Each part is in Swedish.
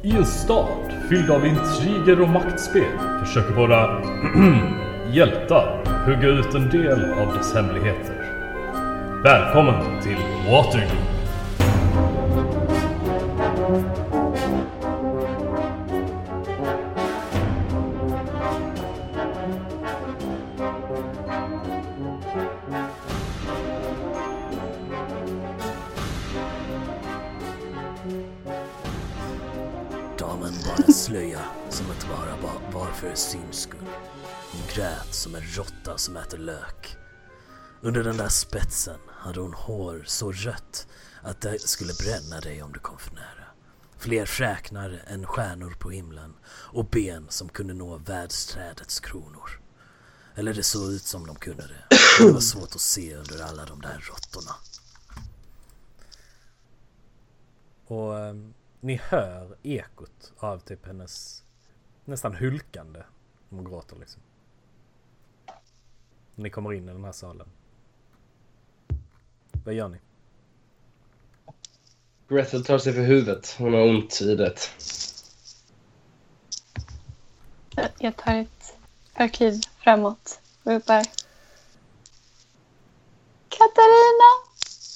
en stad fylld av intriger och maktspel försöker våra hjältar hugga ut en del av dess hemligheter. Välkommen till Waterdeep. Damen bar en slöja som att var för syns skull. Hon grät som en råtta som äter lök. Under den där spetsen hade hon hår så rött att det skulle bränna dig om du kom för nära. Fler fräknar än stjärnor på himlen och ben som kunde nå världsträdets kronor. Eller det såg ut som de kunde det. Det var svårt att se under alla de där råttorna. Och ni hör ekot av typ hennes nästan hulkande. Hon gråter liksom. Ni kommer in i den här salen. Vad gör ni? Gretel tar sig för huvudet. Hon har ont i det. Jag tar ett arkiv framåt och ropar. Katarina!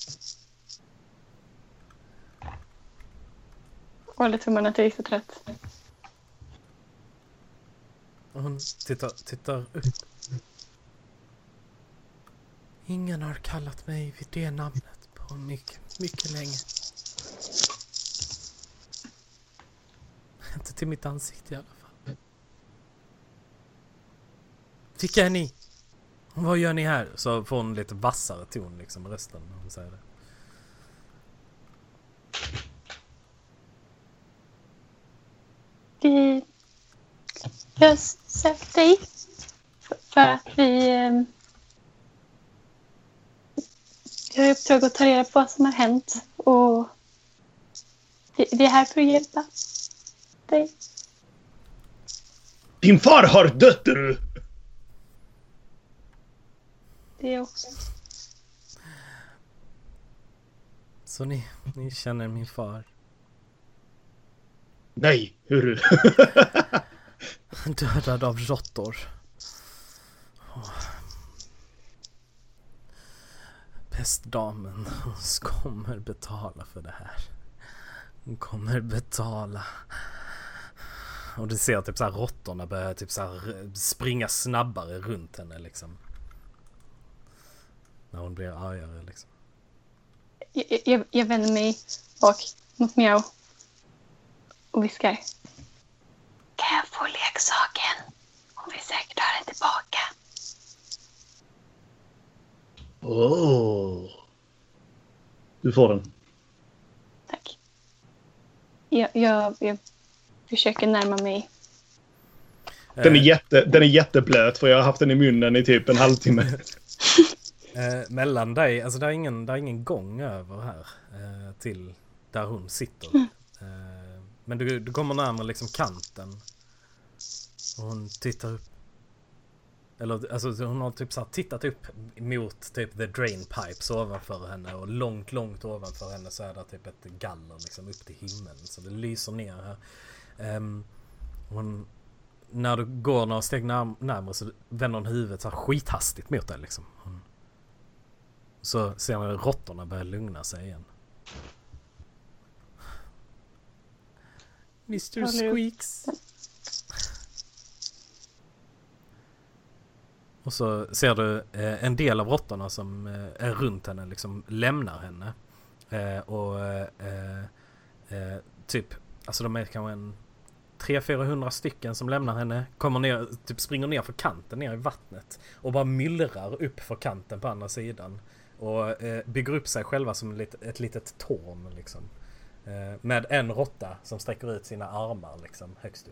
Och håller tummarna till så trött. Och hon tittar upp. Ingen har kallat mig vid det namnet på mycket länge. Inte till mitt ansikte i alla fall. Vilka är ni? Vad gör ni här? Så får hon lite vassare ton liksom rösten när hon säger det. Jag har sökt dig för att vi har i uppdrag att ta reda på vad som har hänt och vi är här för att hjälpa dig. Din far har dött, du! Det är också. Så ni känner min far? Nej, hur? Dödad av råttor. Pestdamen kommer betala för det här. Hon kommer betala. Och du ser typ så här råttorna börjar typ så här springa snabbare runt henne liksom. När hon blir argare liksom. Jag vänder mig bak mot Miao och viskar. Kan jag få leksaken? Hon vill säkert ha den tillbaka. Du får den. Tack. Jag försöker närma mig. Den är jätteblöt för jag har haft den i munnen i typ en halvtimme. Mellan dig, alltså det är ingen gång över här till där hon sitter. Men du kommer närmare liksom kanten. Och hon tittar upp. Eller alltså hon har typ så här tittat upp mot typ the drain pipes ovanför henne och långt ovanför henne så är det typ ett galler liksom upp till himlen så det lyser ner här. När du går några steg närmare så vänder hon huvudet så här skithastigt mot dig liksom. Så ser man att råttorna börjar lugna sig igen. Mr. Squeaks. Och så ser du en del av råttorna som är runt henne liksom lämnar henne. Typ, alltså de är kanske en 300-400 stycken som lämnar henne, kommer ner, typ springer ner för kanten ner i vattnet och bara myllrar upp för kanten på andra sidan och bygger upp sig själva som ett litet torn liksom. Med en råtta som sträcker ut sina armar liksom högst upp.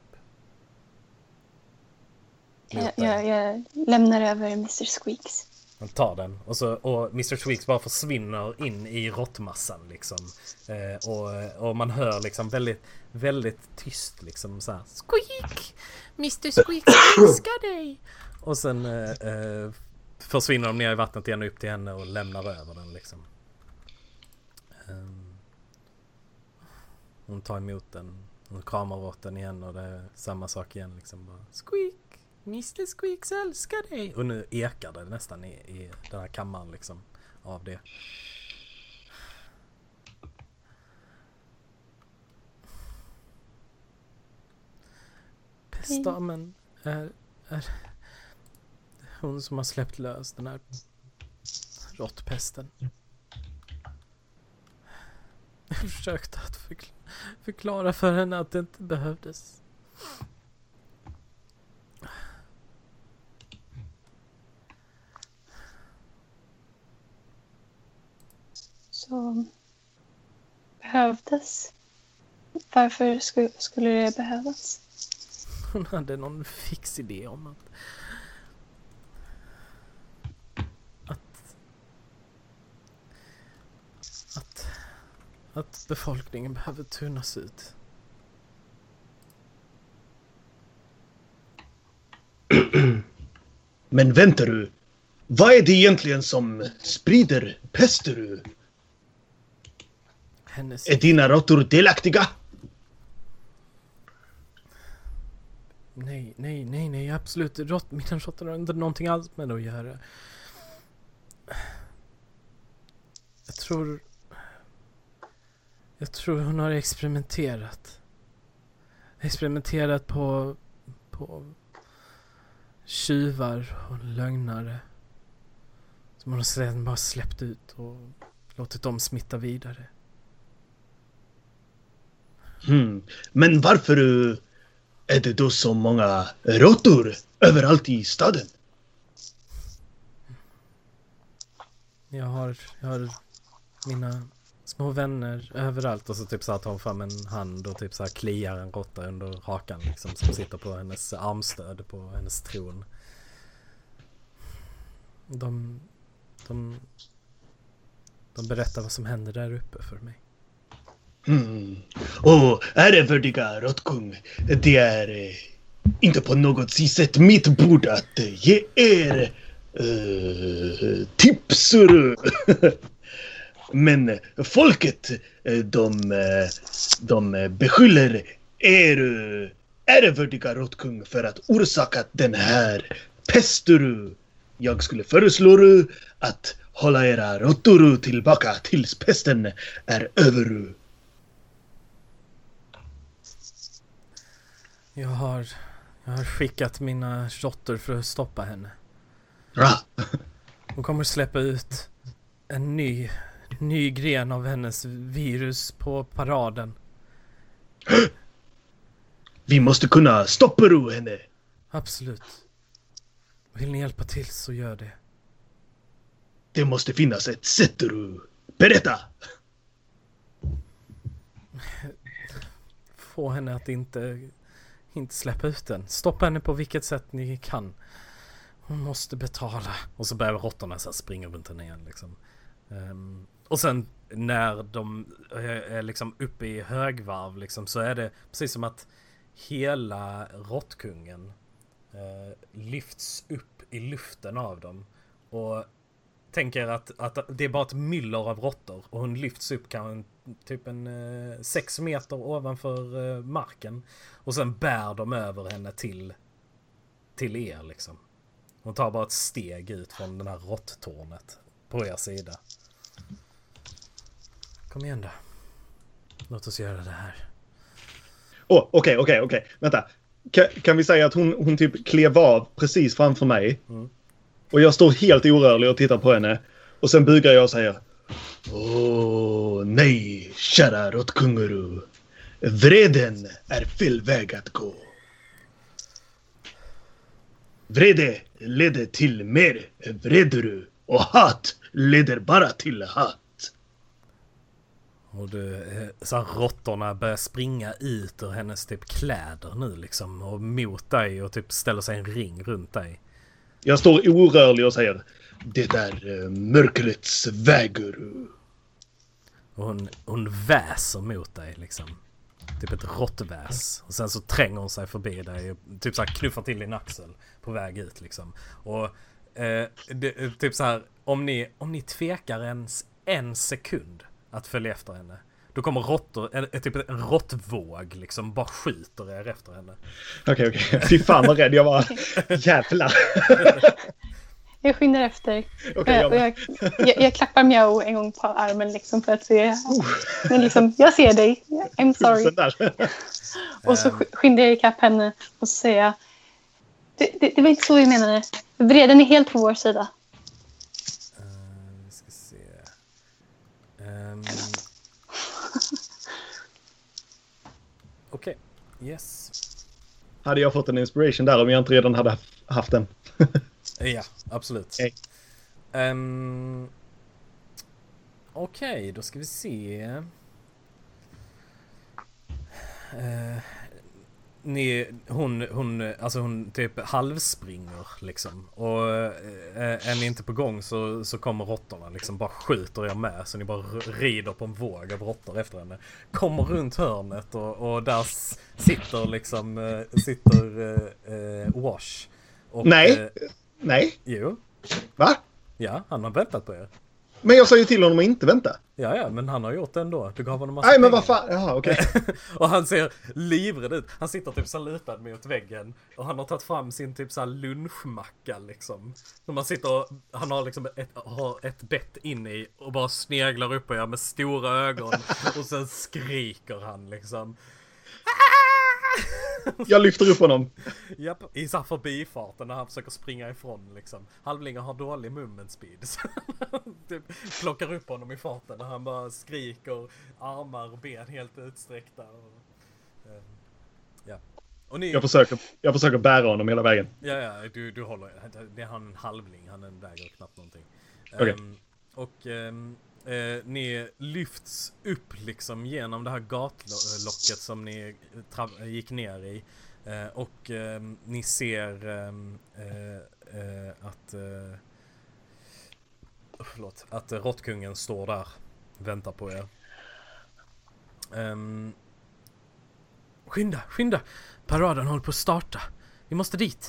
Jag lämnar över Mr. Squeaks. Han tar den och Mr. Squeaks bara försvinner in i råttmassan liksom. Och man hör liksom väldigt, väldigt tyst liksom så här. Squeak! Mr. Squeaks älskar dig! Och sen försvinner de ner i vattnet igen upp till henne och lämnar över den liksom. Hon tar emot den Hon kramar råtten igen och det är samma sak igen liksom. Bara, Squeak! Mr. Squeaks älskar dig! Och nu ekar det nästan i den här kammaren liksom av det. Pestdamen är hon som har släppt lös den här råttpesten. Jag försökte att förklara för henne att det inte behövdes. Så behövdes. Varför skulle det behövas? Hon hade någon fix idé om att befolkningen behöver tunnas ut. Men vänta du. Vad är det egentligen som sprider pester du? Är dina råttor delaktiga? Nej, absolut. Mina råttor har inte någonting alls med det att göra. Jag tror hon har experimenterat. Experimenterat på tjuvar och lögnare. Som hon sedan bara släppt ut och låtit dem smitta vidare. Men varför är det då så många råttor överallt i staden? Jag har mina små vänner överallt och så typ så att hon fram en hand och typ så här kliar en råtta under hakan liksom, som sitter på hennes armstöd på hennes tron. De berättar vad som händer där uppe för mig. Och ärevördiga råttkung, det är inte på något sätt mitt bord att ge er tips. Men folket, de beskyller er ärevördiga råttkung för att orsaka den här pesten. Jag skulle föreslå att hålla era råttor tillbaka tills pesten är över. Jag har skickat mina råttor för att stoppa henne. Bra. Hon kommer släppa ut en ny gren av hennes virus på paraden. Vi måste kunna stoppa henne. Absolut. Vill ni hjälpa till så gör det. Det måste finnas ett sätt. Berätta! Få henne att inte släppa ut den. Stoppa henne på vilket sätt ni kan. Hon måste betala. Och så börjar råttorna så springa runt henne igen liksom. Och sen när de är liksom uppe i högvarv liksom, så är det precis som att hela råttkungen lyfts upp i luften av dem. Och tänker att det är bara ett myller av råttor. Och hon lyfts upp typ 6 meter ovanför marken. Och sen bär de över henne till er liksom. Hon tar bara ett steg ut från den här råtttornet på er sida. Kom igen då. Låt oss göra det här. Okej. Vänta. Kan vi säga att hon typ klev av precis framför mig. Och jag står helt orörlig och tittar på henne. Och sen bugar jag och säger: nej, kära råttkunguru. Vreden är fel väg att gå. Vrede leder till mer vrede. Och hat leder bara till hat. Och så råttorna börjar springa ut ur hennes typ kläder nu liksom. Och mot dig och typ ställer sig en ring runt dig. Jag står orörlig och säger: det är mörkrets vägar. Och hon väser mot dig liksom. Typ ett råttväs. Och sen så tränger hon sig förbi dig och typ så här knuffar till din axel på väg ut liksom. Och typ så här, om ni tvekar ens en sekund att följa efter henne, Då kommer råttor, typ en råttvåg liksom bara skjuter er efter henne. Okej. Fy fan vad rädd jag var. Jävlar. Jag skyndar efter. Okej, Och jag klappar Miao en gång på armen liksom för att se. Men liksom, jag ser dig. I'm sorry. Och så skyndar jag ikapp henne och så säger jag, det var inte så vi menade. Vreden är helt på vår sida. Vi ska se. Okej. Yes. Hade jag fått en inspiration där om jag inte redan hade haft den? Ja, absolut. Okay. Okej, då ska vi se. Hon typ halvspringer liksom. Och är ni inte på gång så kommer råttorna liksom bara skjuter er med. Så ni bara rider på en våg av råttor efter henne. Kommer runt hörnet och där sitter Wash. Och, Nej. Jo. Va? Ja, han har väntat på er. Men jag sa ju till honom att inte vänta. Ja, men han har gjort det ändå. Du gav honom massa Nej, men pengar. vad fan. Jaha, okej. Och han ser livrädd ut. Han sitter typ så lutad mot väggen. Och han har tagit fram sin typ så här lunchmacka liksom. Så man sitter och han har liksom ett bett in i och bara sneglar upp på er med stora ögon. Och sen skriker han liksom. Jag lyfter upp honom. Japp, i så här förbifarten när han försöker springa ifrån liksom. Halvlingar har dålig movement speed. Så typ plockar upp honom i farten när han bara skriker, armar och ben helt utsträckta. Ja. Och ni... Jag försöker bära honom hela vägen. Ja, du håller. Det är han en halvling, han väger knappt någonting. Okay. Ni lyfts upp liksom genom det här gatlocket som ni gick ner i. Och ni ser att råttkungen står där, väntar på er. Skynda! Paraden håller på att starta. Vi måste dit.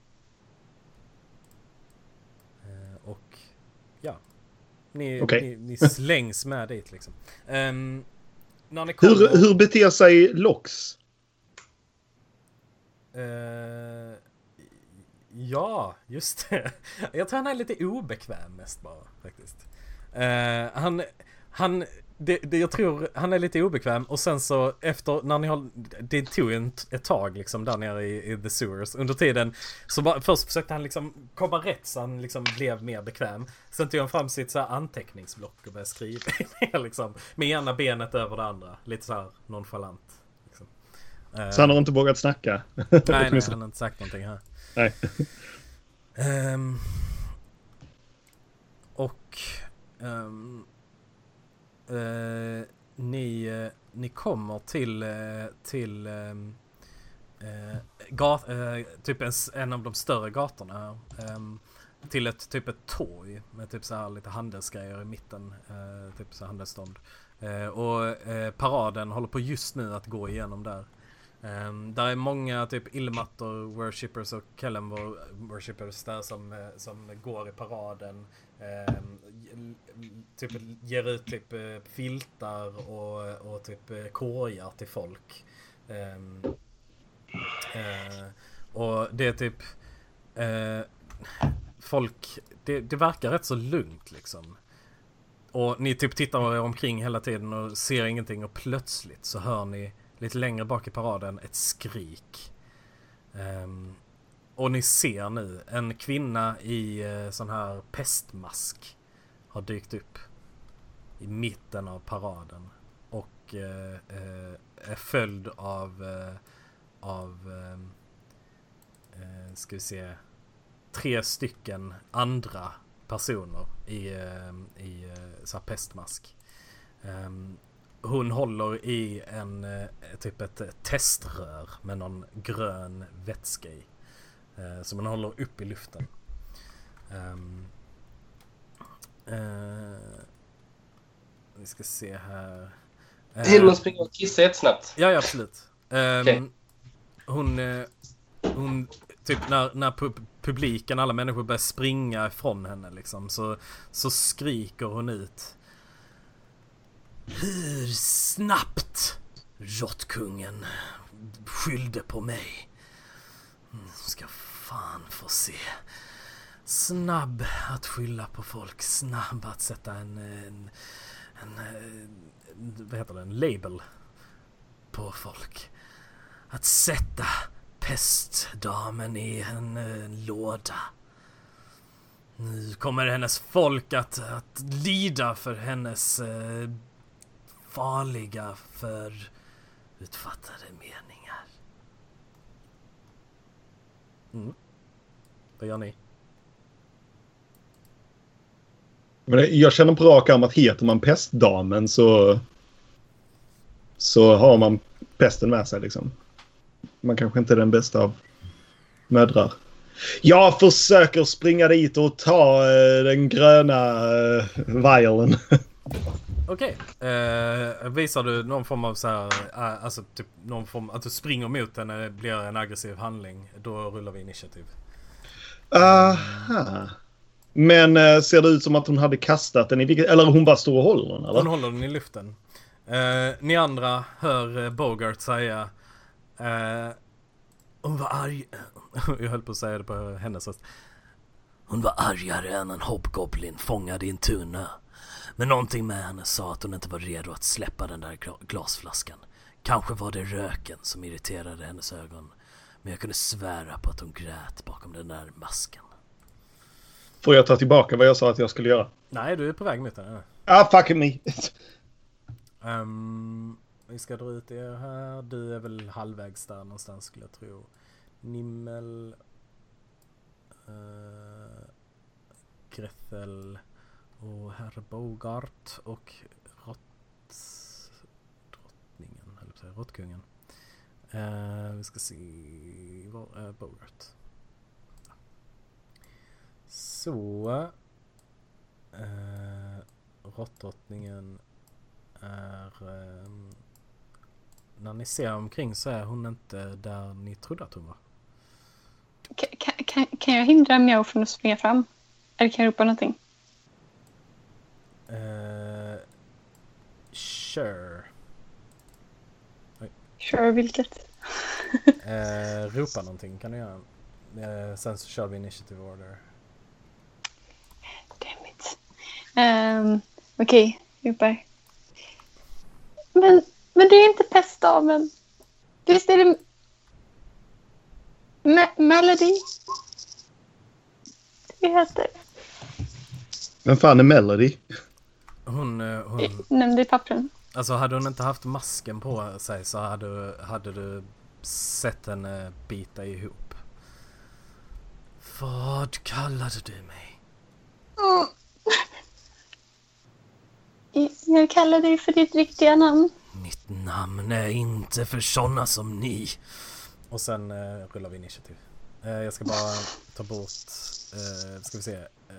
Och ja. Ni slängs med dit liksom. När ni kommer... Hur beter sig Lox? Ja, just det. Jag tror han är lite obekväm mest bara faktiskt. Jag tror han är lite obekväm och sen så efter när ni har det tog ju ett tag liksom där nere i the sewers under tiden så bara, först försökte han liksom komma rätt så han liksom blev mer bekväm. Sen tog han fram sitt så här anteckningsblock och började skriva liksom med ena benet över det andra, lite så här nonchalant liksom. Så han har inte vågat snacka. Nej, han har inte sagt någonting här. Nej. Ni kommer till typ en av de större gatorna till ett torg med typ så här lite handelsgrejer i mitten, typ så här handelsstånd. Och paraden håller på just nu att gå igenom där. Där är många typ Ilmator worshippers och Kellenvor worshippers där som går i paraden, typ ger ut typ filtar och typ korgar till folk. Och det är typ folk, det verkar rätt så lugnt liksom. Och ni typ tittar omkring hela tiden och ser ingenting och plötsligt så hör ni lite längre bak i paraden ett skrik. Och ni ser nu en kvinna i sån här pestmask har dykt upp i mitten av paraden och är följd av ska vi se 3 stycken andra personer i så här pestmask. Hon håller i typ ett teströr med någon grön vätska i. Som hon håller upp i luften. Vi ska se här. Hinner man springa och kissa jättesnabbt? Ja, absolut. Okay. Hon typ när publiken, alla människor börjar springa ifrån henne liksom, så skriker hon ut. Hur snabbt råttkungen skyllde på mig. Ska fan få se. Snabb att skylla på folk. Snabb att sätta en vad heter det? En label på folk. Att sätta pestdamen i en låda. Nu kommer hennes folk att lida för hennes farliga förutfattade meningar. Vad gör ni? Men jag känner på rak arm att heter man pestdamen så har man pesten med sig liksom. Man kanske inte är den bästa av mödrar. Jag försöker springa dit och ta den gröna vialen. Okej. Visar du någon form av så här, alltså typ någon form att du springer mot den när det blir en aggressiv handling, då rullar vi initiativ. Aha. Men ser det ut som att hon hade kastat den i eller hon bara står och håller den, eller? Hon håller den i luften. Ni andra hör Bogart säga hon var arg. Jag höll på att säga det på hennes röst. Hon var argare än en hobgoblin fångad i en tunna. Men någonting med henne sa att hon inte var redo att släppa den där glasflaskan. Kanske var det röken som irriterade hennes ögon. Men jag kunde svära på att hon grät bakom den där masken. Får jag ta tillbaka vad jag sa att jag skulle göra? Nej, du är på väg mot den. Fuck me. Vi ska dra ut er här. Du är väl halvvägs där någonstans skulle jag tro. Nimmel, Grethel och herr Bogart och råttkungen. Vi ska se, var är Bogart? Så råttdrottningen är när ni ser omkring så är hon inte där ni trodde att hon var. Kan jag hindra Miao från att springa fram? Eller kan jag ropa någonting? Sure. Sure, vilket? Ropa någonting kan du göra. Sen så kör vi initiative order. Damn it. Okej, ropar. Men det är inte pestdamen. Visst är det Melody? Det heter. Vem fan är Melody? Hon nämnde i pappren. Alltså hade hon inte haft masken på sig så hade du sett henne bita ihop. Vad kallade du mig? Jag kallar dig för ditt riktiga namn. Mitt namn är inte för såna som ni. Och sen rullar vi initiativ. Jag ska bara ta bort... ska vi se.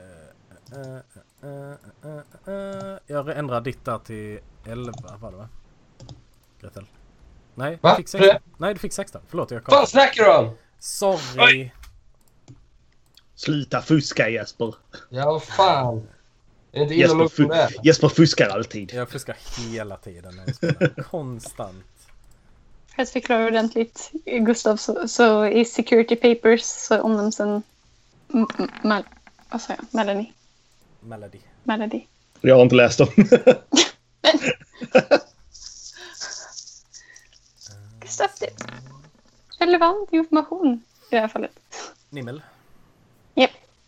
Jag ändrar ditt där till 11, var det va? Grethel. Nej, va? Du fick 16. Nej, du fick 16. Förlåt, jag kom. Vad snackar du om? Sorry. Oj. Sluta fuska, Jesper. Ja, fan. Är inte illa Jesper fuskar alltid. Jag fuskar hela tiden när jag spelar. Konstant. För att förklara ordentligt, Gustav, så i security papers så omnämns en vad sa jag? Melody. Jag har inte läst dem. Men Gustav, det är relevant information i det här fallet. Nimmel. Japp.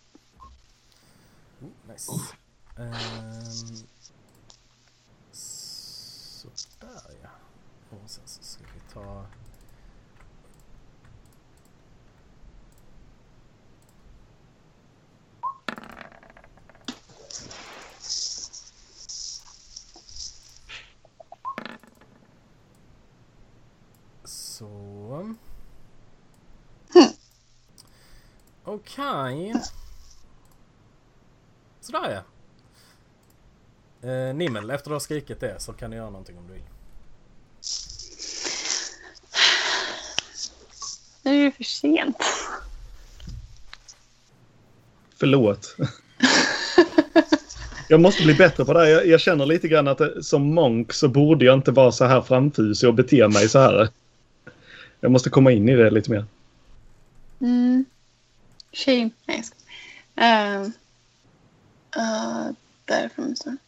Nice. Så där ja. Och sen så ska vi ta... Så... Okej. Sådär ja. Nimmel, efter att du har skrikit det så kan du göra någonting om du vill. Nu är det för sent. Jag måste bli bättre på det. Jag känner lite grann att som monk så borde jag inte vara så här framfusig och bete mig så här. Jag måste komma in i det lite mer. Shame. Nej, jag ska. Därifrån så.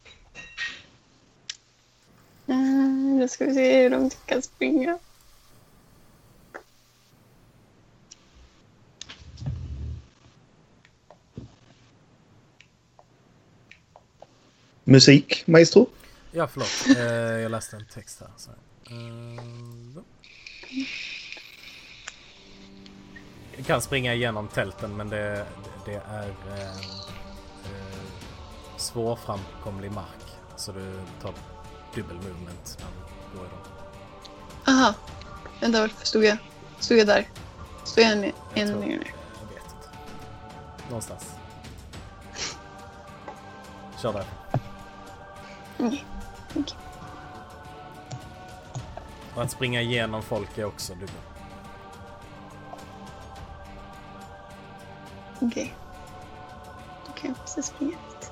Då ska vi se hur de kan springa. Musik, maestro? Ja, förlåt. Jag läste en text här. Så. Du kan springa igenom tälten, men det är svårframkomlig mark. Så du tar dubbel movement när du går i dem. Aha. Vänta, varför stod jag där? Stod jag en längre ner? Jag vet inte. Någonstans. Kör där. Okay. Och att springa igenom folk är också dubbel. Okej. Då kan jag precis springa dit.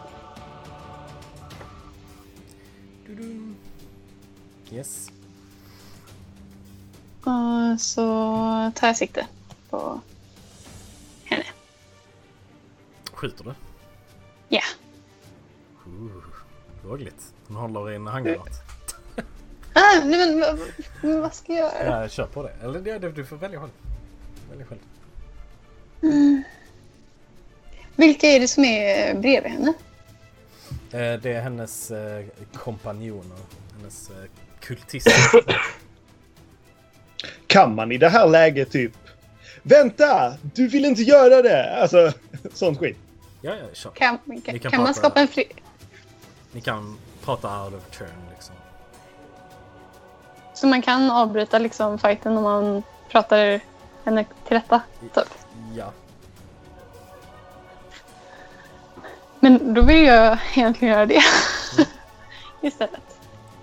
Yes. Och så tar jag sikte på henne. Skjuter du? Ja. Lågligt. Hon håller i en handgranat. Nej, men vad ska jag göra? Ja, kör på det. Eller du får välja själv. Vilka är det som är bredvid henne? Det är hennes kompanjoner. Hennes kultister. Kan man i det här läget typ... Vänta! Du vill inte göra det! Alltså, sånt skit. Ja, kör. Kan man skapa en fri... Ni kan prata out of turn liksom. Så man kan avbryta liksom fighten om man pratar henne till rätta, typ? Ja. Men då vill jag egentligen göra det. Istället.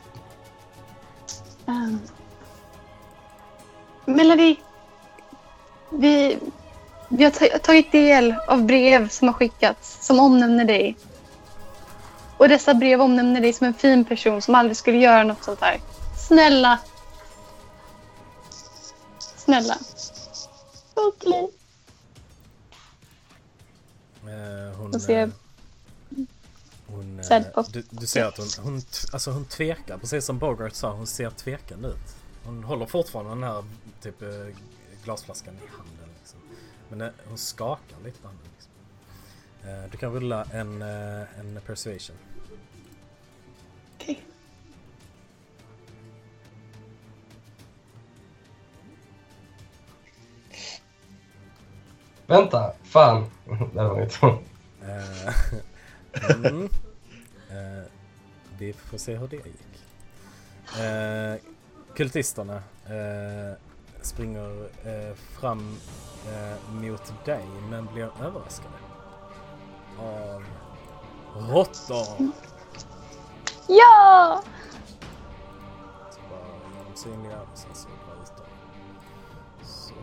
Melody. Vi har tagit del av brev som har skickats som omnämner dig. Och dessa brev omnämner dig som en fin person som aldrig skulle göra något sånt här. Snälla. Okej. Du ser att hon tvekar, precis som Bogart sa, hon ser tvekande ut. Hon håller fortfarande den här typ glasflaskan i handen liksom. Men hon skakar lite på handen liksom. Du kan rulla en persuasion. Okej. Vänta, fan. Det var mitt. Vi får se hur det gick. Kultisterna springer fram mot dig men blir överraskade av råttor. Ja! Så bara gör de synliga och sen så bara ut dem. Så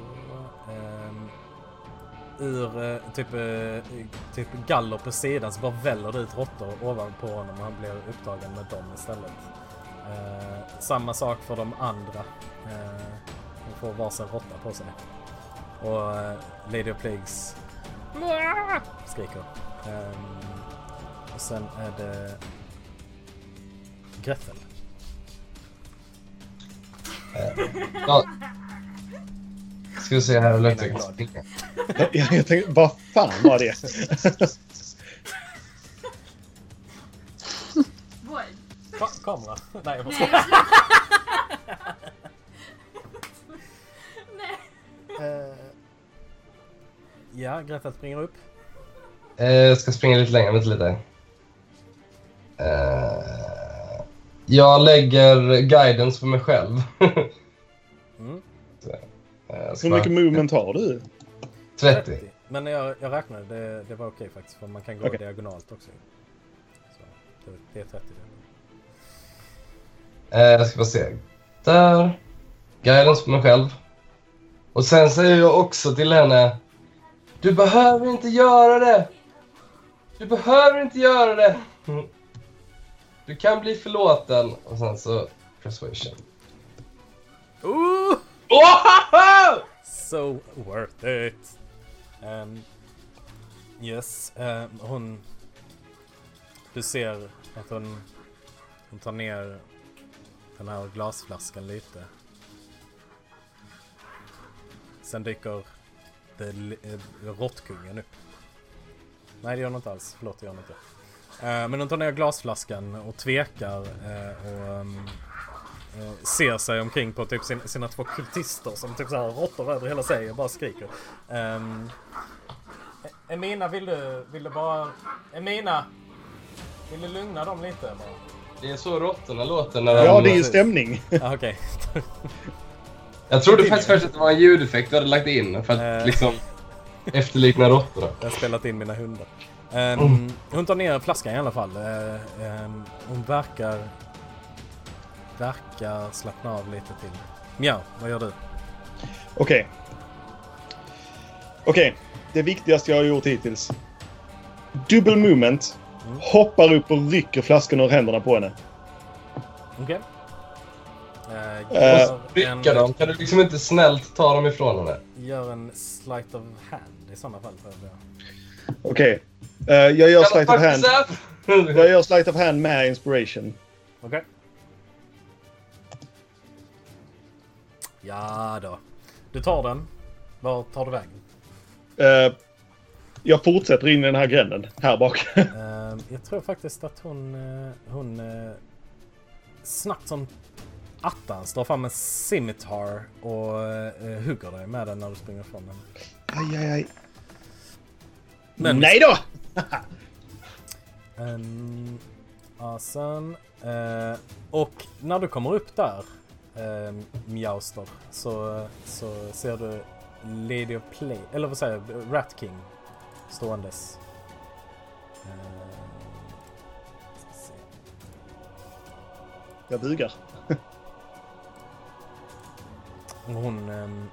ur typ galler på sidan så bara väller det ut råttor ovanpå honom och han blir upptagen med dem istället. Samma sak för de andra. De får varsin råtta på sig. Och Lady of Plagues skriker. Och sen är det Gretel. Ja. Ska vi se här hur långt jag tänkte, vad fan var det? Kamera? Nej, jag måste... Ja, Gretel springer upp. Jag ska springa lite längre, vänta lite. Jag lägger guidance för mig själv. Hur mycket movement har du? 30. Men jag räknade, det var okej faktiskt, för man kan gå diagonalt också. Så det är 30. Jag ska bara se. Där. Guidance för mig själv. Och sen säger jag också till henne: du behöver inte göra det. Du behöver inte göra det. Du kan bli förlåten. Och sen så persuasion. Ooh! Oh! So worth it. Yes, du ser att hon tar ner den här glasflaskan lite. Sen dyker råttkungen upp. Nej, det gör hon inte alls. Förlåt, det gör hon inte. Men hon tar ner glasflaskan och tvekar och ser sig omkring på typ sina två kultister som typ så här råttor över hela sig och bara skriker. Emina, vill du bara... Emina! Vill du lugna dem lite? Bara? Det är så råttorna låter när de... Ja, det är ju stämning. Okej. Jag trodde faktiskt först att det var en ljudeffekt du hade lagt in för att liksom efterlikna råttorna. Jag har spelat in mina hundar. Hon tar ner flaskan i alla fall. Hon verkar slappna av lite till. Mjau, vad gör du? Okej. Det viktigaste jag har gjort hittills. Double movement. Hoppar upp och rycker flaskan ur händerna på henne. Okej. Rycka dem. Kan du liksom inte snällt ta dem ifrån henne? Gör en sleight of hand i sådana fall. Okej. Jag gör sleight of hand. Jag gör sleight of hand med inspiration. Okej. Ja då. Du tar den. Var tar du vägen? Jag fortsätter in i den här gränden. Här bak. Jag tror faktiskt att hon snabbt som attans drar fram en scimitar och hugger dig med den när du springer från den. Aj. Men, nej då! Awesome. Och när du kommer upp där, Mjauster, så ser du Lady of Play, eller vad säger jag, Rat King ståendes. Jag bugar. Han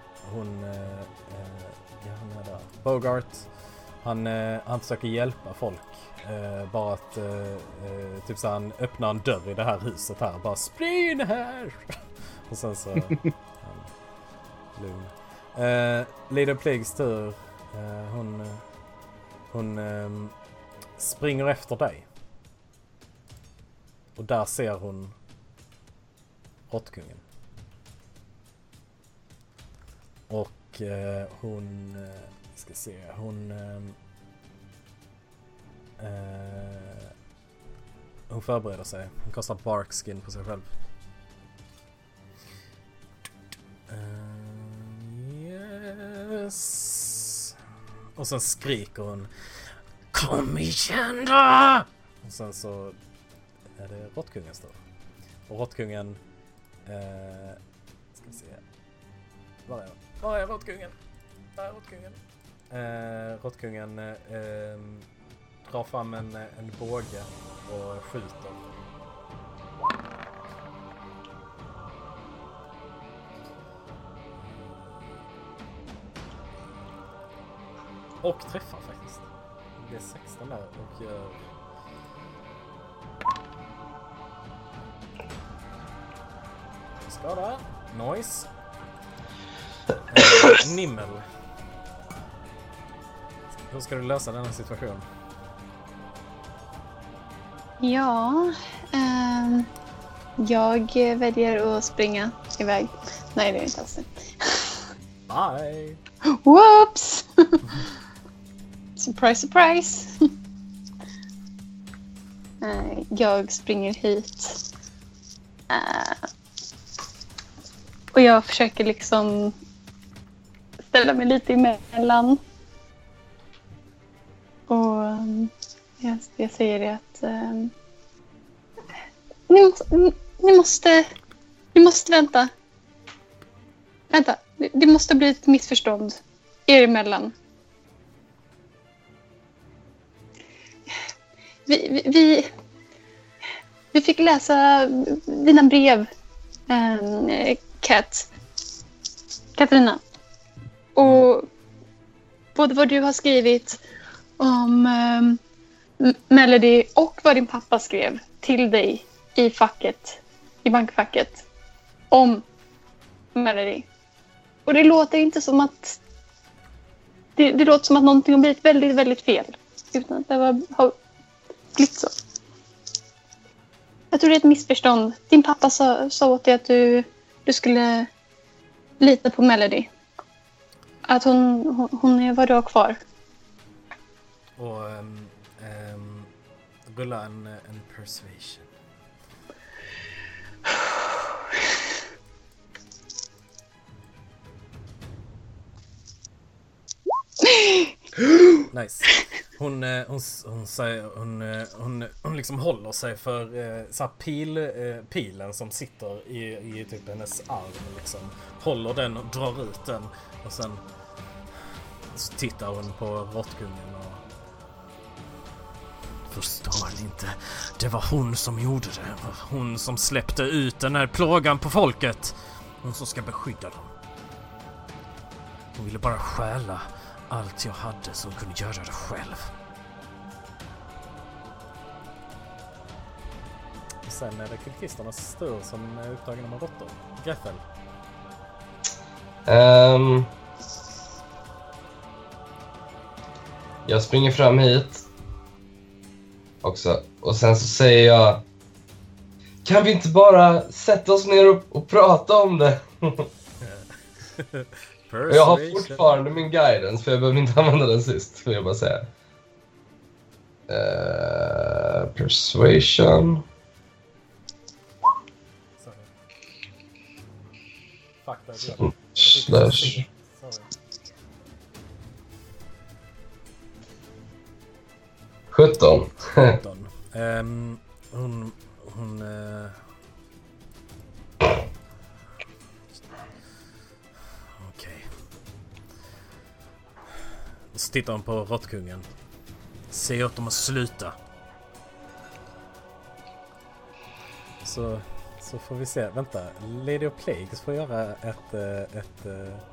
är där. Bogart, han försöker hjälpa folk. Bara att typ så han öppnar en dörr i det här huset här. Bara spring här! Och sen så lugn. Lady of Plagues tur. Hon springer efter dig. Och där ser hon råttkungen. Och hon ska se, hon förbereder sig. Hon kastar barkskin på sig själv. Yes. Och sen skriker hon: kom igen då! Och sen så är det råttkungens då. Och råttkungen ska vi se. Var är råttkungen? Där är råttkungen. Råttkungen drar fram en båge och skjuter. Och träffar faktiskt. Det är 16 där och gör... skada. Noise. Nimmel. Hur ska du lösa denna situation? Ja, jag väljer att springa iväg. Nej, det är inte alls det. Bye! Whoops! Surprise, surprise! Jag springer hit. Och jag försöker liksom ställa mig lite emellan. Och jag säger det att ni måste vänta. Vänta, det måste bli ett missförstånd er emellan. Vi fick läsa dina brev, Katarina. Och både vad du har skrivit om Melody och vad din pappa skrev till dig i bankfacket om Melody. Och det låter inte som att det låter som att någonting har blivit väldigt, väldigt fel. Utan att det har blivit så. Jag tror det är ett missförstånd. Din pappa sa åt dig att du skulle lita på Melody. Att hon är vad du har kvar. Och rulla en persuasion. Nice. Hon liksom håller sig för så här pilen som sitter i typ hennes arm liksom. Håller den och drar ut den och sen så tittar hon på råttkungen och förstår inte. Det var hon som gjorde det. Det var hon som släppte ut den här plågan på folket. Hon som ska beskydda dem. Hon ville bara stjäla allt jag hade så hon kunde göra det själv. Och sen är det kultisternas stur som är upptagna med råttor. Greffel. Jag springer fram hit också. Och sen så säger jag: kan vi inte bara sätta oss ner och prata om det? Och jag har fortfarande min guidance, för jag behöver inte använda den sist, vill jag bara säga. Persuasion. Slash. 17. Okej. Så tittar hon på råttkungen. Se åt dem att sluta. Så får vi se. Vänta. Lady of Plagues får göra ett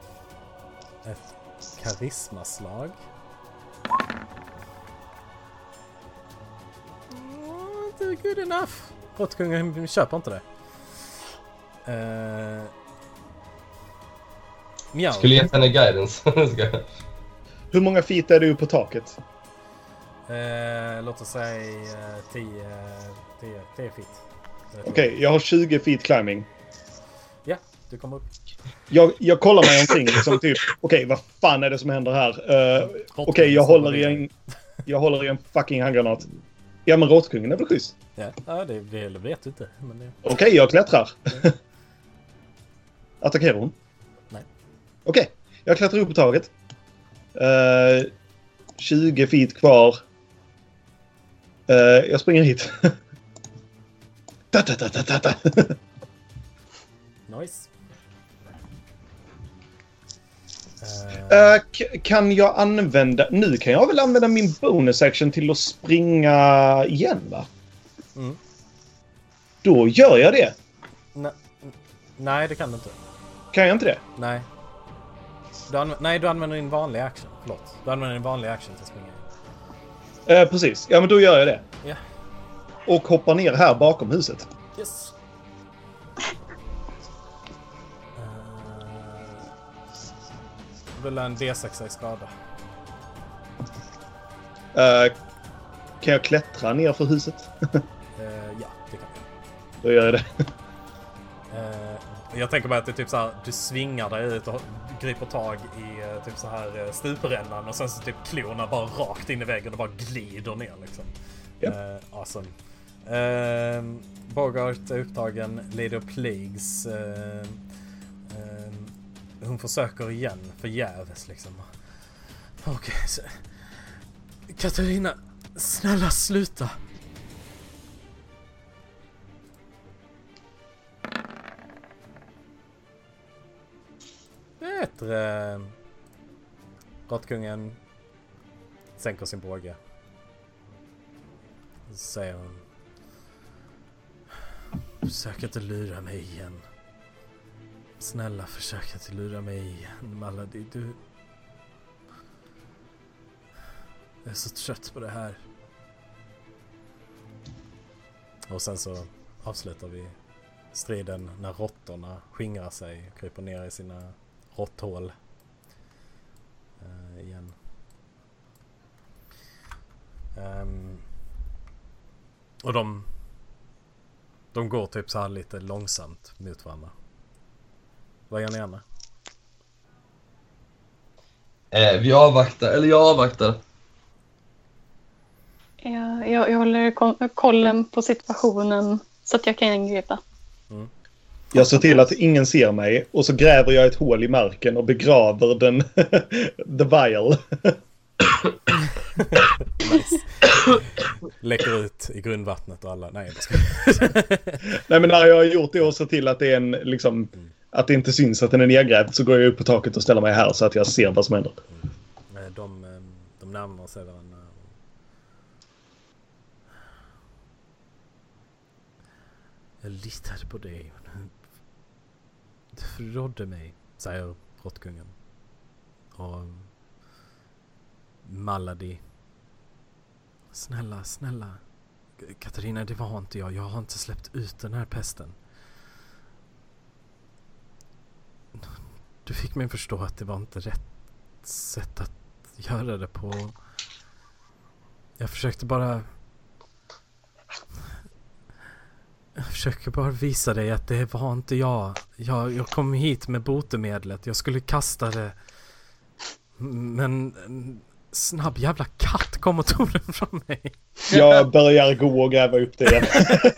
karismaslag. Inte good enough. Råttkungen köper inte det. Mjau. Skulle ge henne guidance. Hur många feet är du på taket? Låt oss säga 10 feet. Okej, jag har 20 feet climbing. Ja, du kommer upp. Jag kollar mig omkring som typ, okej, vad fan är det som händer här? Okej, jag håller i en fucking handgranat. Ja, men råttkungen är väl schysst? Ja, det vet du inte. Men Okej, jag klättrar. Attackerar hon? Nej. Okej, jag klättrar upp på taget. 20 feet kvar. Jag springer hit. Nice. Kan jag använda... Nu kan jag väl använda min bonus action till att springa igen, va? Mm. Då gör jag det. Nej, det kan du inte. Kan jag inte det? Nej. Du använder din vanliga action. Förlåt. Du använder din vanliga action till att springa. Precis. Ja, men då gör jag det. Ja. Och hoppar ner här bakom huset. Yes. Rulla en D6 i skada. Kan jag klättra ner för huset? Ja, det kan jag. Då gör jag det. Jag tänker bara att det är typ så här, du svingar dig ut och griper tag i typ så här stuprännan och sen så typ klorna bara rakt in i väggen och bara glider ner liksom. Ja. Awesome. Bogart är upptagen. Lady of Plagues. Hon försöker igen förgäves liksom. Okej, så. Katarina, snälla sluta. Bättre. Råttkungen sänker sin båge. Så säger hon: försök inte lura mig igen. Snälla, försök inte lura mig igen. Malady, du... Jag är så trött på det här. Och sen så avslutar vi striden när råttorna skingrar sig och kryper ner i sina råtthål igen. Och de går typ så här lite långsamt mot varandra. Vad gör ni gärna? Jag avvaktar. Jag håller kollen på situationen så att jag kan ingripa. Jag ser till att ingen ser mig och så gräver jag ett hål i marken och begraver den the vial. Nice. Läcker ut i grundvattnet och alla. Nej, Nej, men när jag har gjort det och ser till att det är en liksom att det inte syns att den är nedgrävd, så går jag upp på taket och ställer mig här så att jag ser vad som händer. De närmar sig varandra. Jag litade på dig. Du förrådde mig, säger råttkungen. Och Maladi. Snälla. Katarina, det var inte jag. Jag har inte släppt ut den här pesten. Du fick mig förstå att det var inte rätt sätt att göra det på. Jag försöker bara visa dig att det var inte jag. Jag kom hit med botemedlet. Jag skulle kasta det. Men en snabb jävla katt kom och tog den från mig. Jag börjar gå och gräva upp det igen.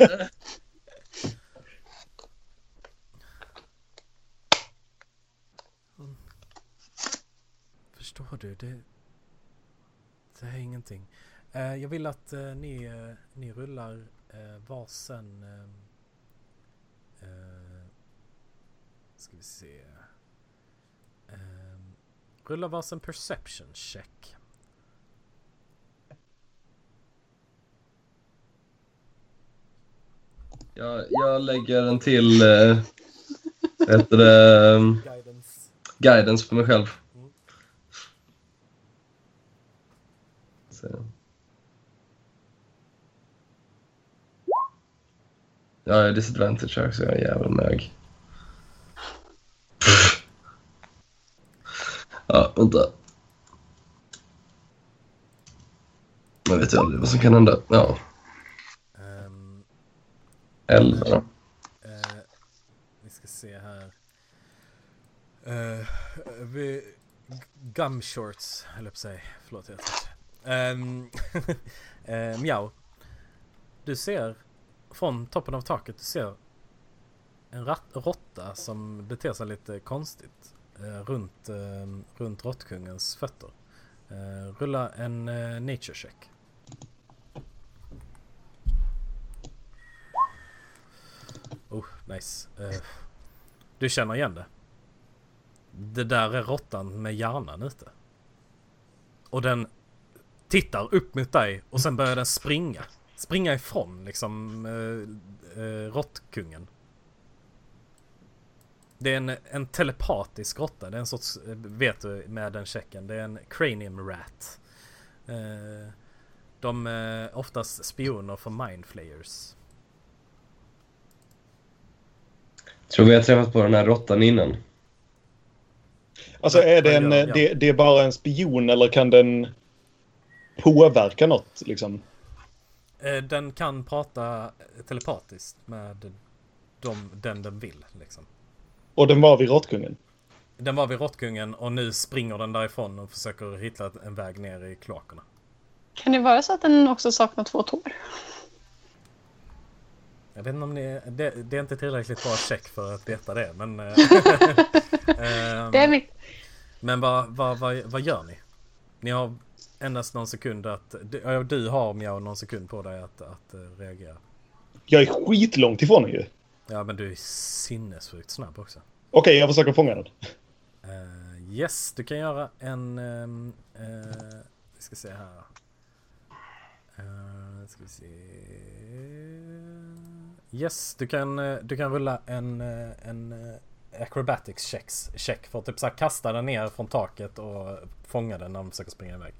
Förstår du? Det är ingenting. Jag vill att ni rullar varsin ska vi se. Rulla varsin perception check. Jag lägger en till guidance på mig själv. Så. Jag är disadvantage här, så jag är jävla mög. Ja, vänta. Man vet ju aldrig vad som kan hända. Ja. 11 då. Vi ska se här. Gumshorts, eller på sig. Förlåt, jag Miau. Du ser från toppen av taket, du ser en råtta som beter sig lite konstigt runt råttkungens fötter. Rulla en nature check. Nice. Du känner igen det. Det där är råttan med hjärnan ute. Och den tittar upp mot dig och sen börjar den springa ifrån liksom råttkungen. Det är en telepatisk råtta. Det är en sorts, vet du med den checken, det är en cranium rat. De är oftast spioner för mindflayers. Tror vi har träffat på den här råttan innan. Alltså är det är bara en spion, eller kan den påverka något liksom? Den kan prata telepatiskt med den vill liksom. Och den var vid råttkungen? Den var vid råttkungen och nu springer den därifrån och försöker hitta en väg ner i kloakerna. Kan det vara så att den också saknar 2 tår? Jag vet inte om det är inte tillräckligt bra check för att veta det, men det är mitt. Men vad gör ni? Ni har endast någon sekund att du har någon sekund på dig att reagera. Jag är skitlångt ifrån den ju. Ja, men du är sinnessjukt snabb också. Okej, jag försöker fånga den. Yes, du kan göra en vi ska se här. Ska vi se. Yes, du kan rulla en acrobatics check för att typ så här kasta den ner från taket och fånga den när de försöker springa iväg.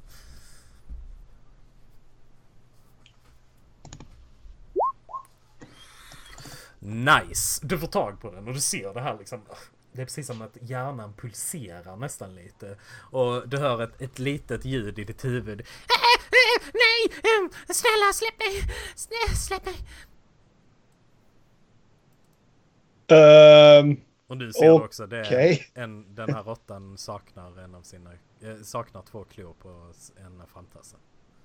Nice! Du får tag på den och du ser det här liksom. Det är precis som att hjärnan pulserar nästan lite. Och du hör ett litet ljud i ditt huvud. Nej! Snälla, släpp mig! Släpp mig! Och du ser också det. Den här råttan saknar 2 klor på en framtassen.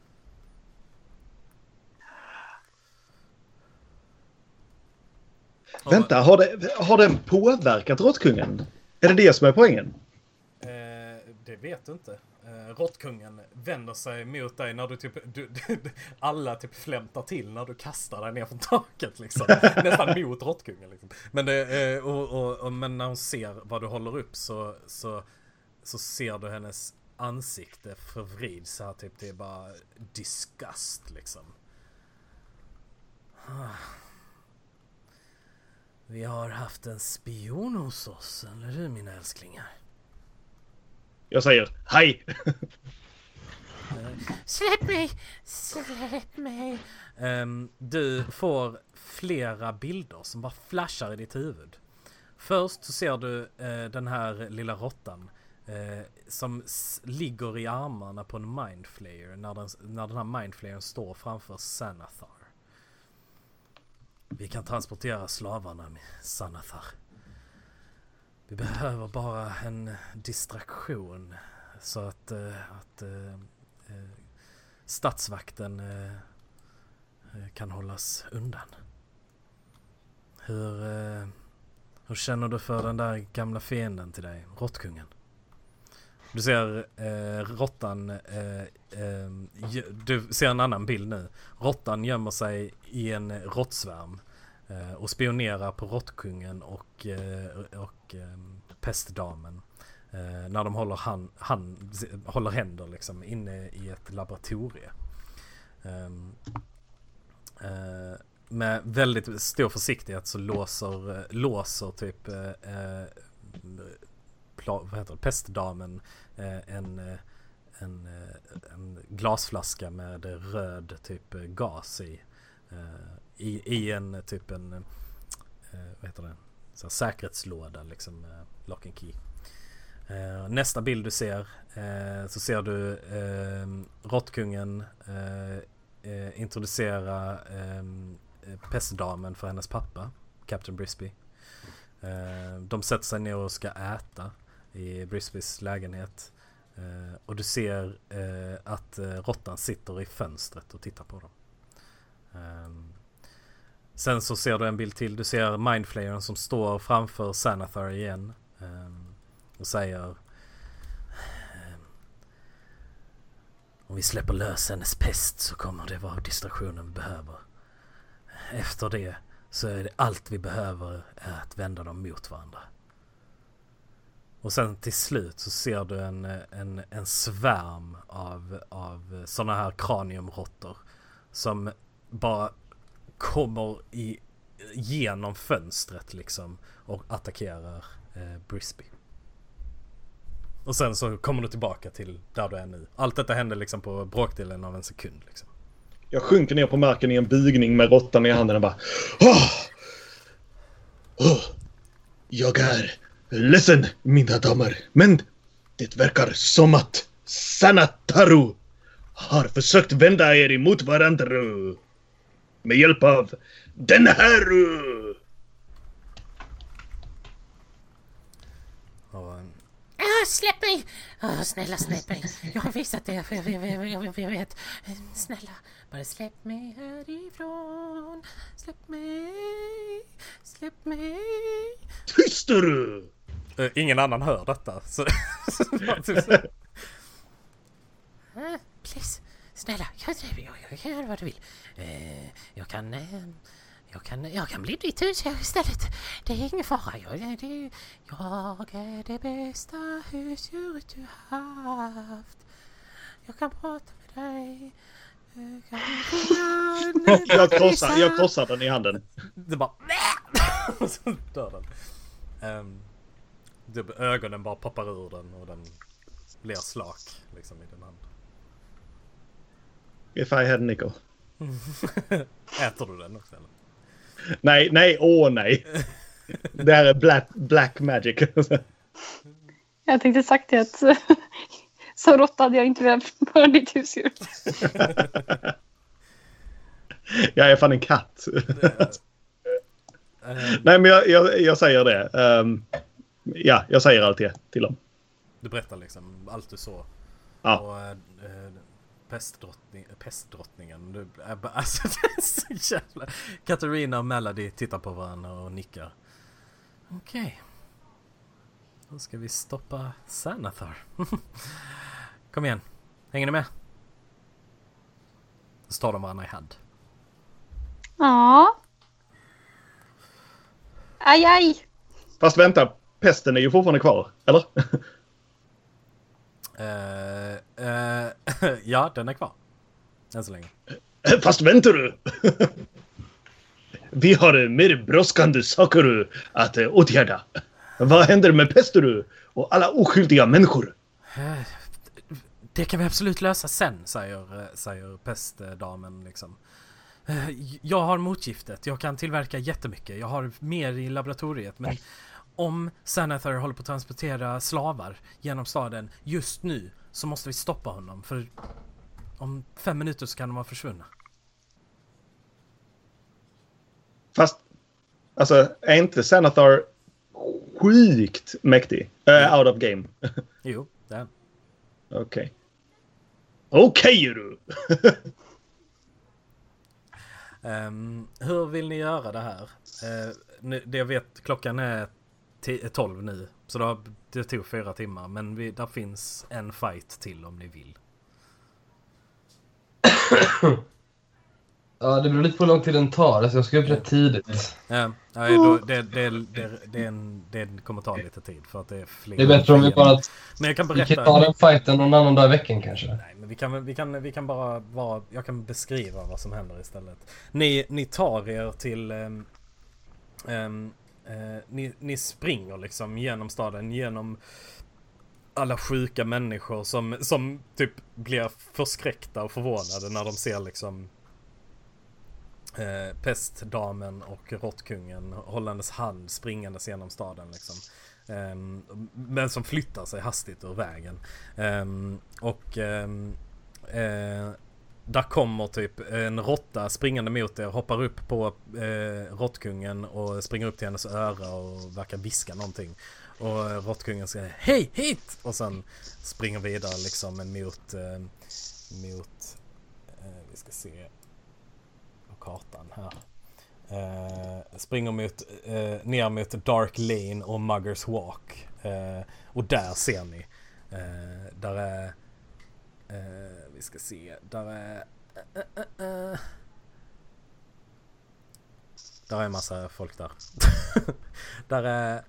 Vänta, har den påverkat råttkungen? Är det som är poängen? Det vet du inte. Råttkungen vänder sig mot dig när du alla typ flämtar till när du kastar dig ner från taket liksom. Nästan mot råttkungen liksom. Men men när hon ser vad du håller upp så ser du hennes ansikte förvrids så här typ, det är bara disgust liksom. Vi har haft en spion hos oss, eller hur mina älsklingar? Jag säger hej! Släpp mig! Du får flera bilder som bara flashar i ditt huvud. Först så ser du den här lilla råttan som ligger i armarna på en mindflayer när den här mindflayern står framför Xanathar. Vi kan transportera slavarna med Xanathar. Vi behöver bara en distraktion så att stadsvakten kan hållas undan. Hur känner du för den där gamla fienden till dig, råttkungen? Du ser råttan, du ser en annan bild nu. Råttan gömmer sig i en råttsvärm och spionerar på råttkungen och pestdamen när de håller händer liksom inne i ett laboratorium. Med väldigt stor försiktighet så låser typ pestdamen en glasflaska med röd typ gas i en typ en så här säkerhetslåda liksom, lock and key. Nästa bild du ser så ser du råttkungen introducera pestdamen för hennes pappa, Captain Brisby. De sätter sig ner och ska äta i Brisbys lägenhet. Och du ser att råttan sitter i fönstret och tittar på dem. Sen så ser du en bild till. Du ser mindflayern som står framför Xanathar igen och säger: om vi släpper lös hennes pest så kommer det vara distraktionen vi behöver. Efter det så är det allt vi behöver är att vända dem mot varandra. Och sen till slut så ser du en svärm av såna här kraniumråttor som bara kommer genom fönstret liksom och attackerar Brisby. Och sen så kommer du tillbaka till där du är nu. Allt detta händer liksom på bråkdelen av en sekund liksom. Jag sjunker ner på marken i en bygning med råttan i handen och bara jag är ledsen, mina damer, men det verkar som att Xanatharu har försökt vända er emot varandra med hjälp av den här. Släpp mig! Snälla, släpp mig. Jag har visat det, för jag vet. Snälla, bara släpp mig härifrån. Släpp mig. Tyst du! Ingen annan hör detta. Så Please, snälla, jag kan göra vad du vill. Jag kan bli ditt hus istället. Det är ingen fara. Jag är det bästa husdjuret du haft. Jag kan prata med dig. Jag krossar den i handen. Det bara och så dör den. Ögonen bara poppar ur den och den blir slak liksom i den handen. If I had a nickel. Äter du den också eller? nej. Det här är black magic. Jag tänkte sagt det att som råtta hade jag inte velat vara ditt husdjur. Jag är fan en katt. Nej, men jag säger det. Ja, jag säger allt det till dem. Du berättar liksom allt du såg. Ja. Och pestdrottningen. Alltså, det är så jävla... Katarina och Melody tittar på varandra och nickar. Okej. Då ska vi stoppa Xanathar. Kom igen. Hänger ni med? Så tar de varandra i hand. Ja. Aj. Fast vänta, pesten är ju fortfarande kvar, eller? Ja, den är kvar. Än så länge. Fast väntar du! Vi har mer brådskande saker att åtgärda. Vad händer med Pesteru och alla oskyldiga människor? Det kan vi absolut lösa sen, säger pestdamen liksom. Jag har motgiftet. Jag kan tillverka jättemycket. Jag har mer i laboratoriet. Men om Xanathar håller på att transportera slavar genom staden just nu så måste vi stoppa honom. För om 5 minuter så kan de vara försvunna. Fast, alltså, är inte Xanathar sjukt mäktig? Out of game. Jo, det är. Okej. Okej, du! Hur vill ni göra det här? Det jag vet, klockan är 12 nu. Så det tog 4 timmar. Men där finns en fight till om ni vill. Ja, det beror lite på hur lång tid den tar. Alltså jag ska upp rätt tidigt. Det kommer ta lite tid för att det är fler. Det är bättre om vi bara... Men jag kan vi berätta... kan ta den fighten någon annan dag i veckan kanske. Nej, men vi kan bara vara... Jag kan beskriva vad som händer istället. Ni tar er till... Ni springer liksom genom staden, genom alla sjuka människor som typ blir förskräckta och förvånade när de ser liksom pestdamen och råttkungen hållandes hand springandes genom staden liksom. Men som flyttar sig hastigt ur vägen. Där kommer typ en råtta springande mot er, hoppar upp på råttkungen och springer upp till hennes öra och verkar viska någonting. Och råttkungen säger hej, hit! Och sen springer vidare liksom mot vi ska se på kartan här. Springer ner mot Dark Lane och Muggers Walk. Och där ser ni där är vi ska se, där är en massa folk där. Där är...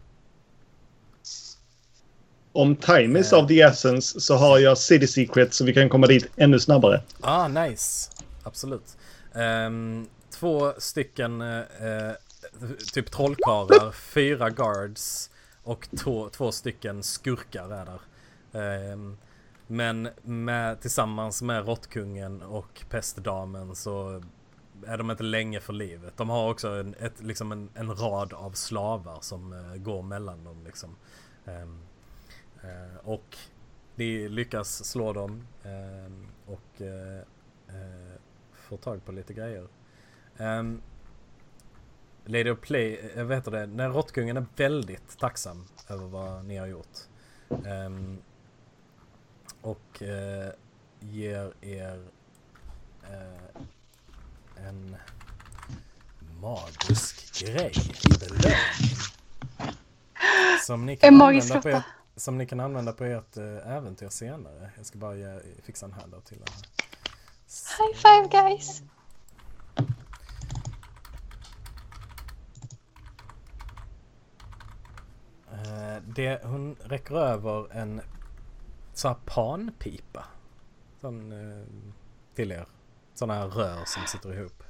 Om time is of the essence så har jag City Secret så vi kan komma dit ännu snabbare. Nice. Absolut. 2 stycken typ trollkarlar, 4 guards och 2 stycken skurkar är där. Men tillsammans med råttkungen och pestdamen så är de inte länge för livet. De har också en rad av slavar som går mellan dem liksom. Och de lyckas slå dem och får tag på lite grejer. Lady of Play, jag vet det, när råttkungen är väldigt tacksam över vad ni har gjort. Och ger er en magisk grej i belöning som ni kan använda på ert äventyr senare. Jag ska bara fixa en hand till den här. High five guys! Hon räcker över en så här panpipa till er. Sådana här rör som sitter ihop.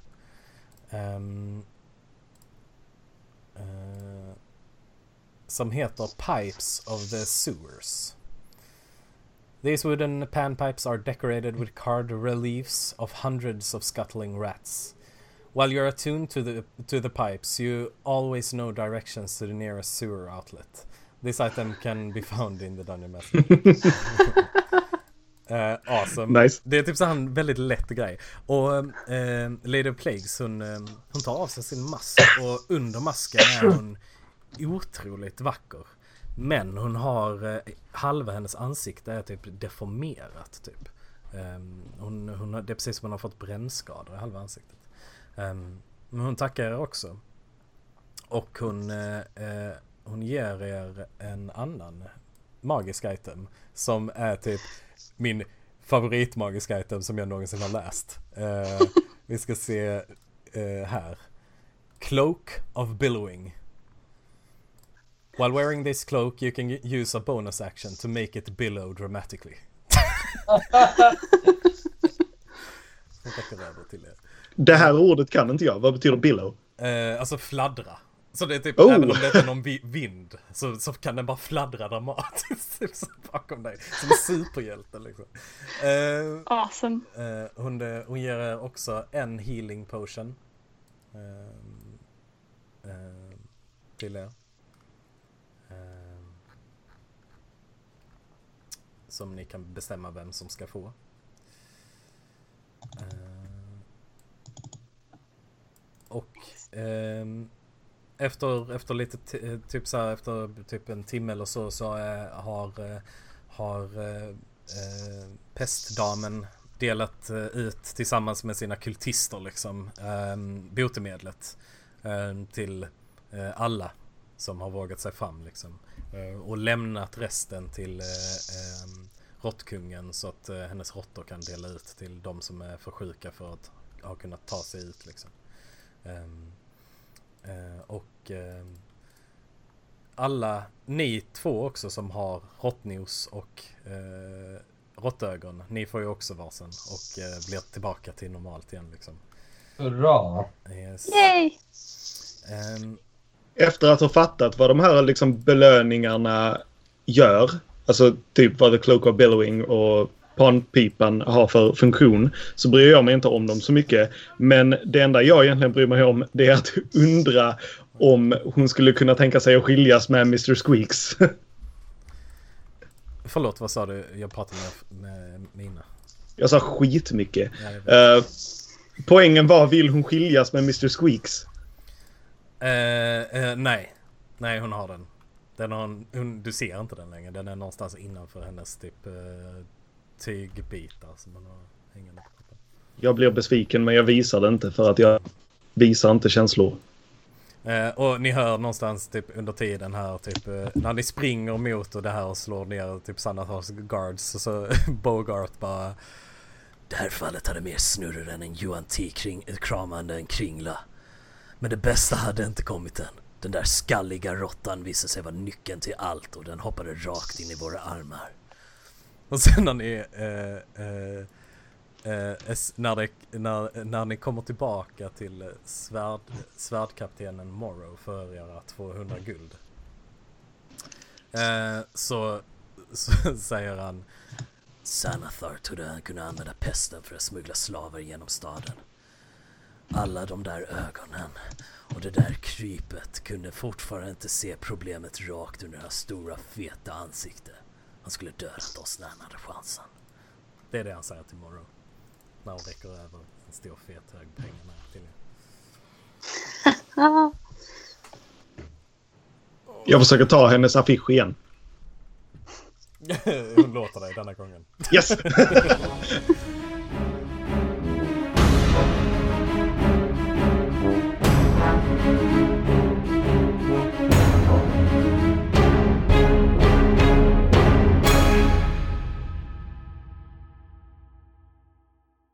Som heter Pipes of the Sewers. These wooden panpipes are decorated with card reliefs of hundreds of scuttling rats. While you're attuned to the pipes, you always know directions to the nearest sewer outlet. This item can be found in the dungeon master. Awesome. Nice. Det är typ så här en väldigt lätt grej. Och Lady of Plagues, hon tar av sig sin mask, och under masken är hon otroligt vacker. Men hon har halva hennes ansikte är typ deformerat typ. Det är precis som hon har fått brännskador i halva ansiktet. Men hon tackar er också. Och hon ger er en annan magisk item som är typ min favoritmagisk item som jag någonsin har läst. Vi ska se här. Cloak of Billowing. While wearing this cloak you can use a bonus action to make it billow dramatically. Det här ordet kan inte jag. Vad betyder billow? Alltså fladdra. Så det är typ, även om det är någon vind så kan den bara fladdra dramatiskt bakom dig. Som en superhjälte liksom. Awesome. Hon ger er också en healing potion. Till er. Som ni kan bestämma vem som ska få. Och efter lite typ så här, efter typ en timme eller så har pestdamen delat ut tillsammans med sina kultister liksom botemedlet till alla som har vågat sig fram liksom, och lämnat resten till råttkungen så att hennes råttor kan dela ut till de som är för sjuka för att ha kunnat ta sig ut liksom. Alla ni två också som har råttnos och råttögon, ni får ju också varsin och blir tillbaka till normalt igen liksom. Hurra! Yes. Yay! Efter att ha fattat vad de här liksom belöningarna gör, alltså typ vad The Cloak of Billowing och panpipan har för funktion, så bryr jag mig inte om dem så mycket. Men det enda jag egentligen bryr mig om, det är att undra om hon skulle kunna tänka sig att skiljas med Mr. Squeaks. Förlåt, vad sa du? Jag pratade med Mina. Jag sa skitmycket. Poängen var, vill hon skiljas med Mr. Squeaks? Nej. Nej, hon har den. Du ser inte den längre. Den är någonstans innanför hennes typ tygbitar som hon har hängande på kroppen. Jag blir besviken, men jag visar det inte för att jag visar inte känslor. Och ni hör någonstans typ under tiden här typ när ni springer mot och det här och slår ner typ Sanathars guards, så Bogart bara: det här fallet hade mer snurror än en Yuan Ti kramande en kringla. Men det bästa hade inte kommit än. Den där skalliga råttan visade sig vara nyckeln till allt och den hoppade rakt in i våra armar. Och sen när ni kommer tillbaka till svärdkaptenen Morrow för era 200 guld, så säger han: Sanathar trodde han kunde använda pesten för att smuggla slavar genom staden. Alla de där ögonen och det där krypet kunde fortfarande inte se problemet rakt under hans stora feta ansikte. Han skulle dödat oss när han hade chansen. Det är det han säger till Morrow när hon räcker över en stor fet hög pengar till er. Jag försöker ta hennes affisch igen. Hon låter dig denna gången. Yes!